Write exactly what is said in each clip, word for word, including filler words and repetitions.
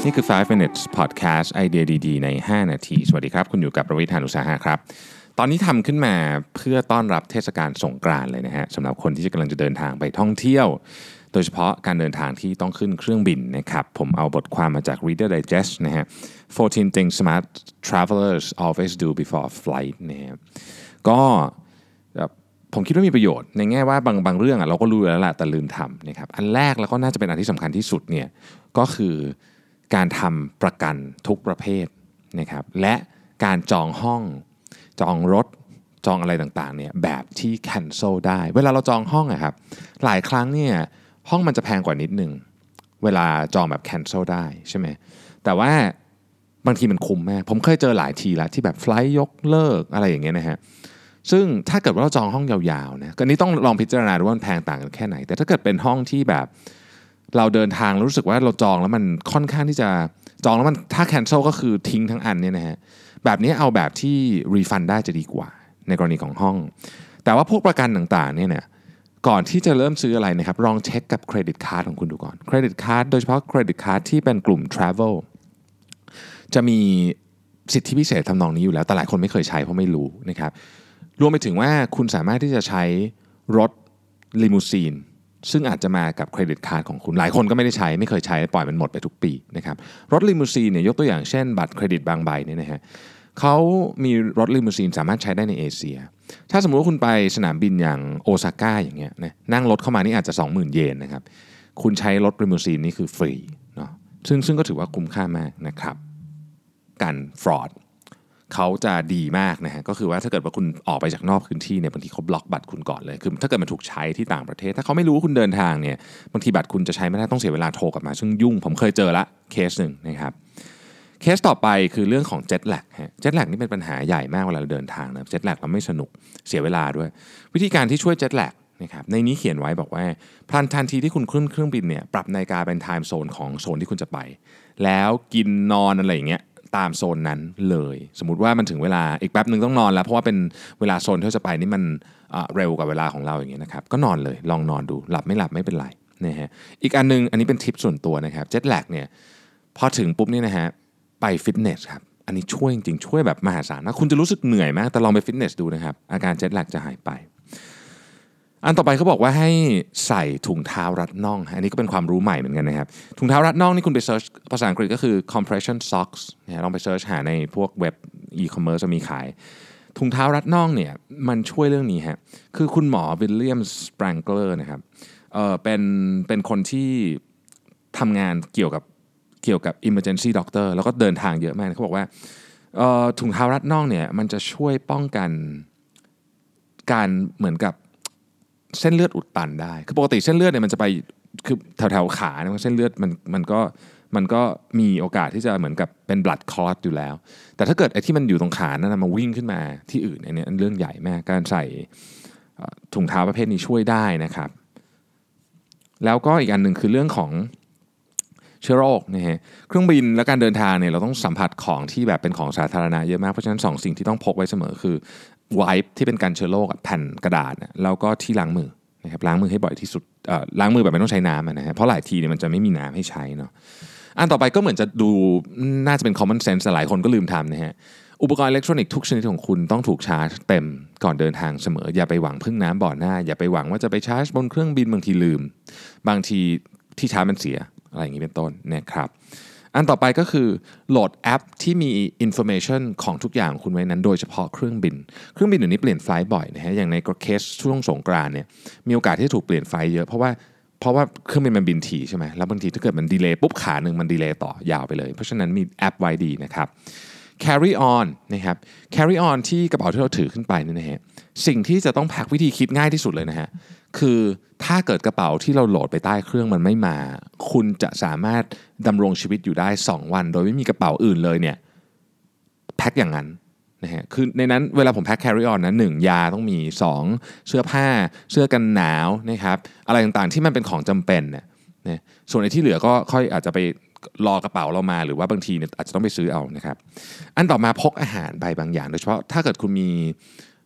นี่คือ ไฟว์ minutes podcast ไอเดียดีๆในห้านาทีสวัสดีครับคุณอยู่กับประวิทย์ หาญอุตสาหะครับตอนนี้ทำขึ้นมาเพื่อต้อนรับเทศกาลสงกรานต์เลยนะฮะสำหรับคนที่กำลังจะเดินทางไปท่องเที่ยวโดยเฉพาะการเดินทางที่ต้องขึ้นเครื่องบินนะครับผมเอาบทความมาจาก Reader Digest นะฮะfourteen things smart travelers always do before flight นะฮะก็ผมคิดว่ามีประโยชน์ในแง่ว่าบางบางเรื่องอ่ะเราก็รู้แล้วแหละแต่ลืมทำนะครับอันแรกแล้วก็น่าจะเป็นอันที่สำคัญที่สุดเนี่ยก็คือการทำประกันทุกประเภทนะครับและการจองห้องจองรถจองอะไรต่างๆเนี่ยแบบที่ cancel ได้เวลาเราจองห้องอะครับหลายครั้งเนี่ยห้องมันจะแพงกว่านิดนึงเวลาจองแบบ cancel ได้ใช่ไหมแต่ว่าบางทีมันคุ้มมากผมเคยเจอหลายทีแล้วที่แบบไฟลท์ยกเลิกอะไรอย่างเงี้ยนะฮะซึ่งถ้าเกิดว่าเราจองห้องยาวๆนะก็นี้ต้องลองพิจารณาดูว่ามันแพงต่างกันแค่ไหนแต่ถ้าเกิดเป็นห้องที่แบบเราเดินทางรู้สึกว่าเราจองแล้วมันค่อนข้างที่จะจองแล้วมันถ้า cancel ก็คือทิ้งทั้งอันเนี่ยนะฮะแบบนี้เอาแบบที่ refund ได้จะดีกว่าในกรณีของห้องแต่ว่าพวกประกันต่างๆเนี่ยเนี่ยก่อนที่จะเริ่มซื้ออะไรนะครับลองเช็คกับเครดิตการ์ดของคุณดูก่อนเครดิตการ์ดโดยเฉพาะเครดิตการ์ดที่เป็นกลุ่ม travel จะมีสิทธิพิเศษทำนองนี้อยู่แล้วแต่หลายคนไม่เคยใช้เพราะไม่รู้นะครับรวมไปถึงว่าคุณสามารถที่จะใช้รถลิมูซีนซึ่งอาจจะมากับเครดิตการ์ดของคุณหลายคนก็ไม่ได้ใช้ไม่เคยใช้ปล่อยมันหมดไปทุกปีนะครับรถลิมูซีนเนี่ยยกตัวอย่างเช่นบัตรเครดิตบางใบเนี่ยนะฮะเขามีรถลิมูซีนสามารถใช้ได้ในเอเชียถ้าสมมุติว่าคุณไปสนามบินอย่างโอซาก้าอย่างเงี้ยนะนั่งรถเข้ามานี่อาจจะ สองหมื่น เยนนะครับคุณใช้รถลิมูซีนนี่คือฟรีเนาะซึ่งซึ่งก็ถือว่าคุ้มค่ามากนะครับการฟรอดเขาจะดีมากนะฮะก็คือว่าถ้าเกิดว่าคุณออกไปจากนอกพื้นที่เนี่ยบางทีเขาบล็อกบัตรคุณก่อนเลยคือถ้าเกิดมันถูกใช้ที่ต่างประเทศถ้าเขาไม่รู้ว่าคุณเดินทางเนี่ยบางทีบัตรคุณจะใช้ไม่ได้ต้องเสียเวลาโทรกลับมาซึ่งยุ่งผมเคยเจอละเคสหนึ่งนะครับเคสต่อไปคือเรื่องของเจ็ตแลกฮะเจ็ตแลกนี่เป็นปัญหาใหญ่มากเวลาเราเดินทางนะเจ็ตแลกเราไม่สนุกเสียเวลาด้วยวิธีการที่ช่วยเจ็ตแลกนะครับในนี้เขียนไว้บอกว่าพลันทันทีที่คุณขึ้นเครื่องบินเนี่ยปรับนาฬิกาเป็นไทม์โซนของโซนที่คุณจะไปแล้วกินนอนอะไรอย่างเงี้ยตามโซนนั้นเลยสมมุติว่ามันถึงเวลาอีกแป๊บนึงต้องนอนแล้วเพราะว่าเป็นเวลาโซนที่เราจะไปนี่มันเร็วกว่าเวลาของเราอย่างเงี้ยนะครับก็นอนเลยลองนอนดูหลับไม่หลับไม่เป็นไรนะฮะอีกอันนึงอันนี้เป็นทิปส่วนตัวนะครับเจ็ตแลกเนี่ยพอถึงปุ๊บนี่นะฮะไปฟิตเนสครับอันนี้ช่วยจริงๆช่วยแบบมหาศาลนะคุณจะรู้สึกเหนื่อยมากแต่ลองไปฟิตเนสดูนะครับอาการเจ็ตแลกจะหายไปอันต่อไปเขาบอกว่าให้ใส่ถุงเท้ารัดน่องอันนี้ก็เป็นความรู้ใหม่เหมือนกันนะครับถุงเท้ารัดน่องนี่คุณไปเซิร์ชภาษาอังกฤษก็คือ compression socks นะลองไปเซิร์ชหาในพวกเว็บ e-commerce จะมีขายถุงเท้ารัดน่องเนี่ยมันช่วยเรื่องนี้ฮะคือคุณหมอวิลเลียมสปรังเกอร์นะครับเออเป็นเป็นคนที่ทำงานเกี่ยวกับเกี่ยวกับ emergency doctor แล้วก็เดินทางเยอะมากเขาบอกว่าถุงเท้ารัดน่องเนี่ยมันจะช่วยป้องกันการเหมือนกับเส้นเลือดอุดตันได้คือปกติเส้นเลือดเนี่ยมันจะไปคือแถวๆขาเนี่ยเส้นเลือดมันมันก็มันก็มีโอกาสที่จะเหมือนกับเป็น blood clot อยู่แล้วแต่ถ้าเกิดไอ้ที่มันอยู่ตรงขานั่นนะมันวิ่งขึ้นมาที่อื่นอันนี้เรื่องใหญ่มากการใส่ถุงเท้าประเภทนี้ช่วยได้นะครับแล้วก็อีกอันหนึ่งคือเรื่องของเชื้อโรคนะฮะเครื่องบินและการเดินทางเนี่ยเราต้องสัมผัสของที่แบบเป็นของสาธารณะเยอะมากเพราะฉะนั้นสองสิ่งที่ต้องพกไว้เสมอคือไวป์ที่เป็นกันเชื้อโรคแผ่นกระดาษแล้วก็ที่ล้างมือนะครับล้างมือให้บ่อยที่สุดล้างมือแบบไม่ต้องใช้น้ำนะฮะเพราะหลายทีเนี่ยมันจะไม่มีน้ำให้ใช้เนาะอันต่อไปก็เหมือนจะดูน่าจะเป็น common sense แต่หลายคนก็ลืมทำนะฮะอุปกรณ์อิเล็กทรอนิกส์ทุกชนิดของคุณต้องถูกชาร์จเต็มก่อนเดินทางเสมออย่าไปหวังพึ่งน้ำบ่อหน้าอย่าไปหวังว่าจะไปชาร์จบนเครื่องบินบางทีลืมบางทีที่ชาร์จมันเสียอะไรอย่างนี้เป็นต้นนะครับอันต่อไปก็คือโหลดแอปที่มี information ของทุกอย่างของคุณไว้นั้นโดยเฉพาะเครื่องบินเครื่องบินเดี๋ยวนี้เปลี่ยนไฟล์บ่อยนะฮะอย่างในเคสช่วงสงกรานต์เนี่ยมีโอกาสที่ถูกเปลี่ยนไฟล์เยอะเพราะว่าเพราะว่าเครื่องบินมันบินถี่ใช่ไหมแล้วบางทีถ้าเกิดมันดีเลย์ปุ๊บขาหนึ่งมันดีเลย์ต่อยาวไปเลยเพราะฉะนั้นมีแอปไว้ดีนะครับ carry on นะครับ carry on ที่กระเป๋าที่เราถือขึ้นไปนี่นะฮะสิ่งที่จะต้องแพ็ควิธีคิดง่ายที่สุดเลยนะฮะคือถ้าเกิดกระเป๋าที่เราโหลดไปใต้เครื่องมันไม่มาคุณจะสามารถดำรงชีวิตอยู่ได้สองวันโดยไม่มีกระเป๋าอื่นเลยเนี่ยแพ็คอย่างนั้นนะฮะคือในนั้นเวลาผมแพ็ค carry on นะหนึ่งยาต้องมีสองเสื้อผ้าเสื้อกันหนาวนะครับอะไรต่างๆที่มันเป็นของจำเป็นเนี่ยนะส่วนไอ้ที่เหลือก็ค่อยอาจจะไปรอกระเป๋าเรามาหรือว่าบางทีเนี่ยอาจจะต้องไปซื้อเอานะครับอันต่อมาพกอาหารไปบางอย่างโดยเฉพาะถ้าเกิดคุณมี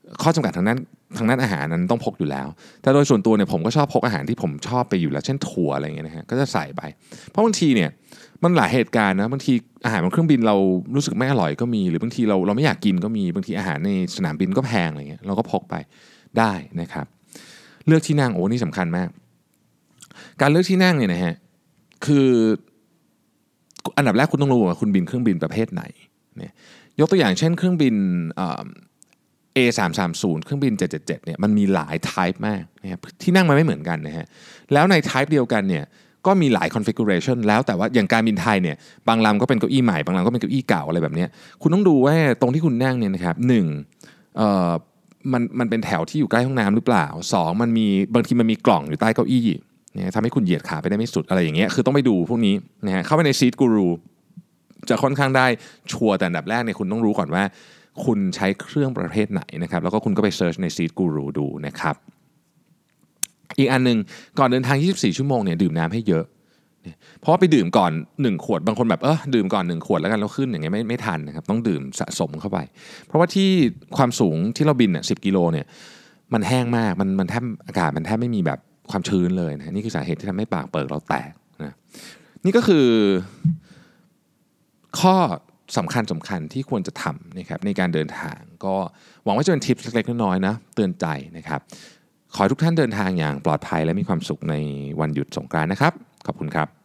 ข้อจำกัดทางนั้นทางนั้นอาหารนั้นต้องพกอยู่แล้วแต่โดยส่วนตัวเนี่ยผมก็ชอบพกอาหารที่ผมชอบไปอยู่แล้วเช่นถั่วอะไรอย่างเงี้ยนะฮะก็จะใส่ไปเพราะบางทีเนี่ยมันหลายเหตุการณ์นะบางทีอาหารบนเครื่องบินเรารู้สึกไม่อร่อยก็มีหรือบางทีเราเราไม่อยากกินก็มีบางทีอาหารในสนามบินก็แพงอะไรเงี้ยเราก็พกไปได้นะครับเลือกที่นั่งโอ้นี่สำคัญมากการเลือกที่นั่งเนี่ยนะฮะคืออันดับแรกคุณต้องรู้ว่าคุณบินเครื่องบินประเภทไหนเนี่ยยกตัวอย่างเช่นเครื่องบินเอ่อ เอ สาม สาม ศูนย์ เครื่องบินเจ็ด เจ็ด เจ็ดเนี่ยมันมีหลาย type มากนะครับที่นั่งมันไม่เหมือนกันนะฮะแล้วใน type เดียวกันเนี่ยก็มีหลาย configuration แล้วแต่ว่าอย่างการบินไทยเนี่ยบางลำก็เป็นเก้าอี้ใหม่บางลำก็เป็นเก้าอี้เก่าอะไรแบบนี้คุณต้องดูว่าตรงที่คุณนั่งเนี่ยนะครับหนึ่งเอ่อมันมันเป็นแถวที่อยู่ใกล้ห้องน้ำหรือเปล่าสองมันมีบางทีมันมีกล่องอยู่ใต้เก้าอี้เนี่ยทำให้คุณเหยียดขาไปได้ไม่สุดอะไรอย่างเงี้ยคือต้องไปดูพวกนี้นะฮะเข้าไปใน Seat Guru จะค่อนข้างได้ชัวร์แต่อันดับแรกเนี่ยคุณต้องรู้ก่อนว่าคุณใช้เครื่องประเภทไหนนะครับแล้วก็คุณก็ไปเซิร์ชใน Seat Guru ดูนะครับอีกอันนึงก่อนเดินทางยี่สิบสี่ชั่วโมงเนี่ยดื่มน้ำให้เยอะเพราะว่าไปดื่มก่อนหนึ่งขวดบางคนแบบเออดื่มก่อนหนึ่งขวดแล้วกันแล้วขึ้นอย่างเงี้ยไม่ไม่ทันนะครับต้องดื่มสะสมเข้าไปเพราะว่าที่ความสูงที่เราบินเนี่ยสิบกิโลเนี่ยมันแห้งมากมันมันแทบอากาศมันแทบไม่มีแบบความชื้นเลยนะนี่คือสาเหตุที่ทำให้ปากเปิดเราแตกนะนี่ก็คือข้อสำคัญสำคัญที่ควรจะทำนะครับในการเดินทางก็หวังว่าจะเป็นทิปเล็กๆน้อยๆนะเตือนใจนะครับขอให้ทุกท่านเดินทางอย่างปลอดภัยและมีความสุขในวันหยุดสงกรานต์นะครับขอบคุณครับ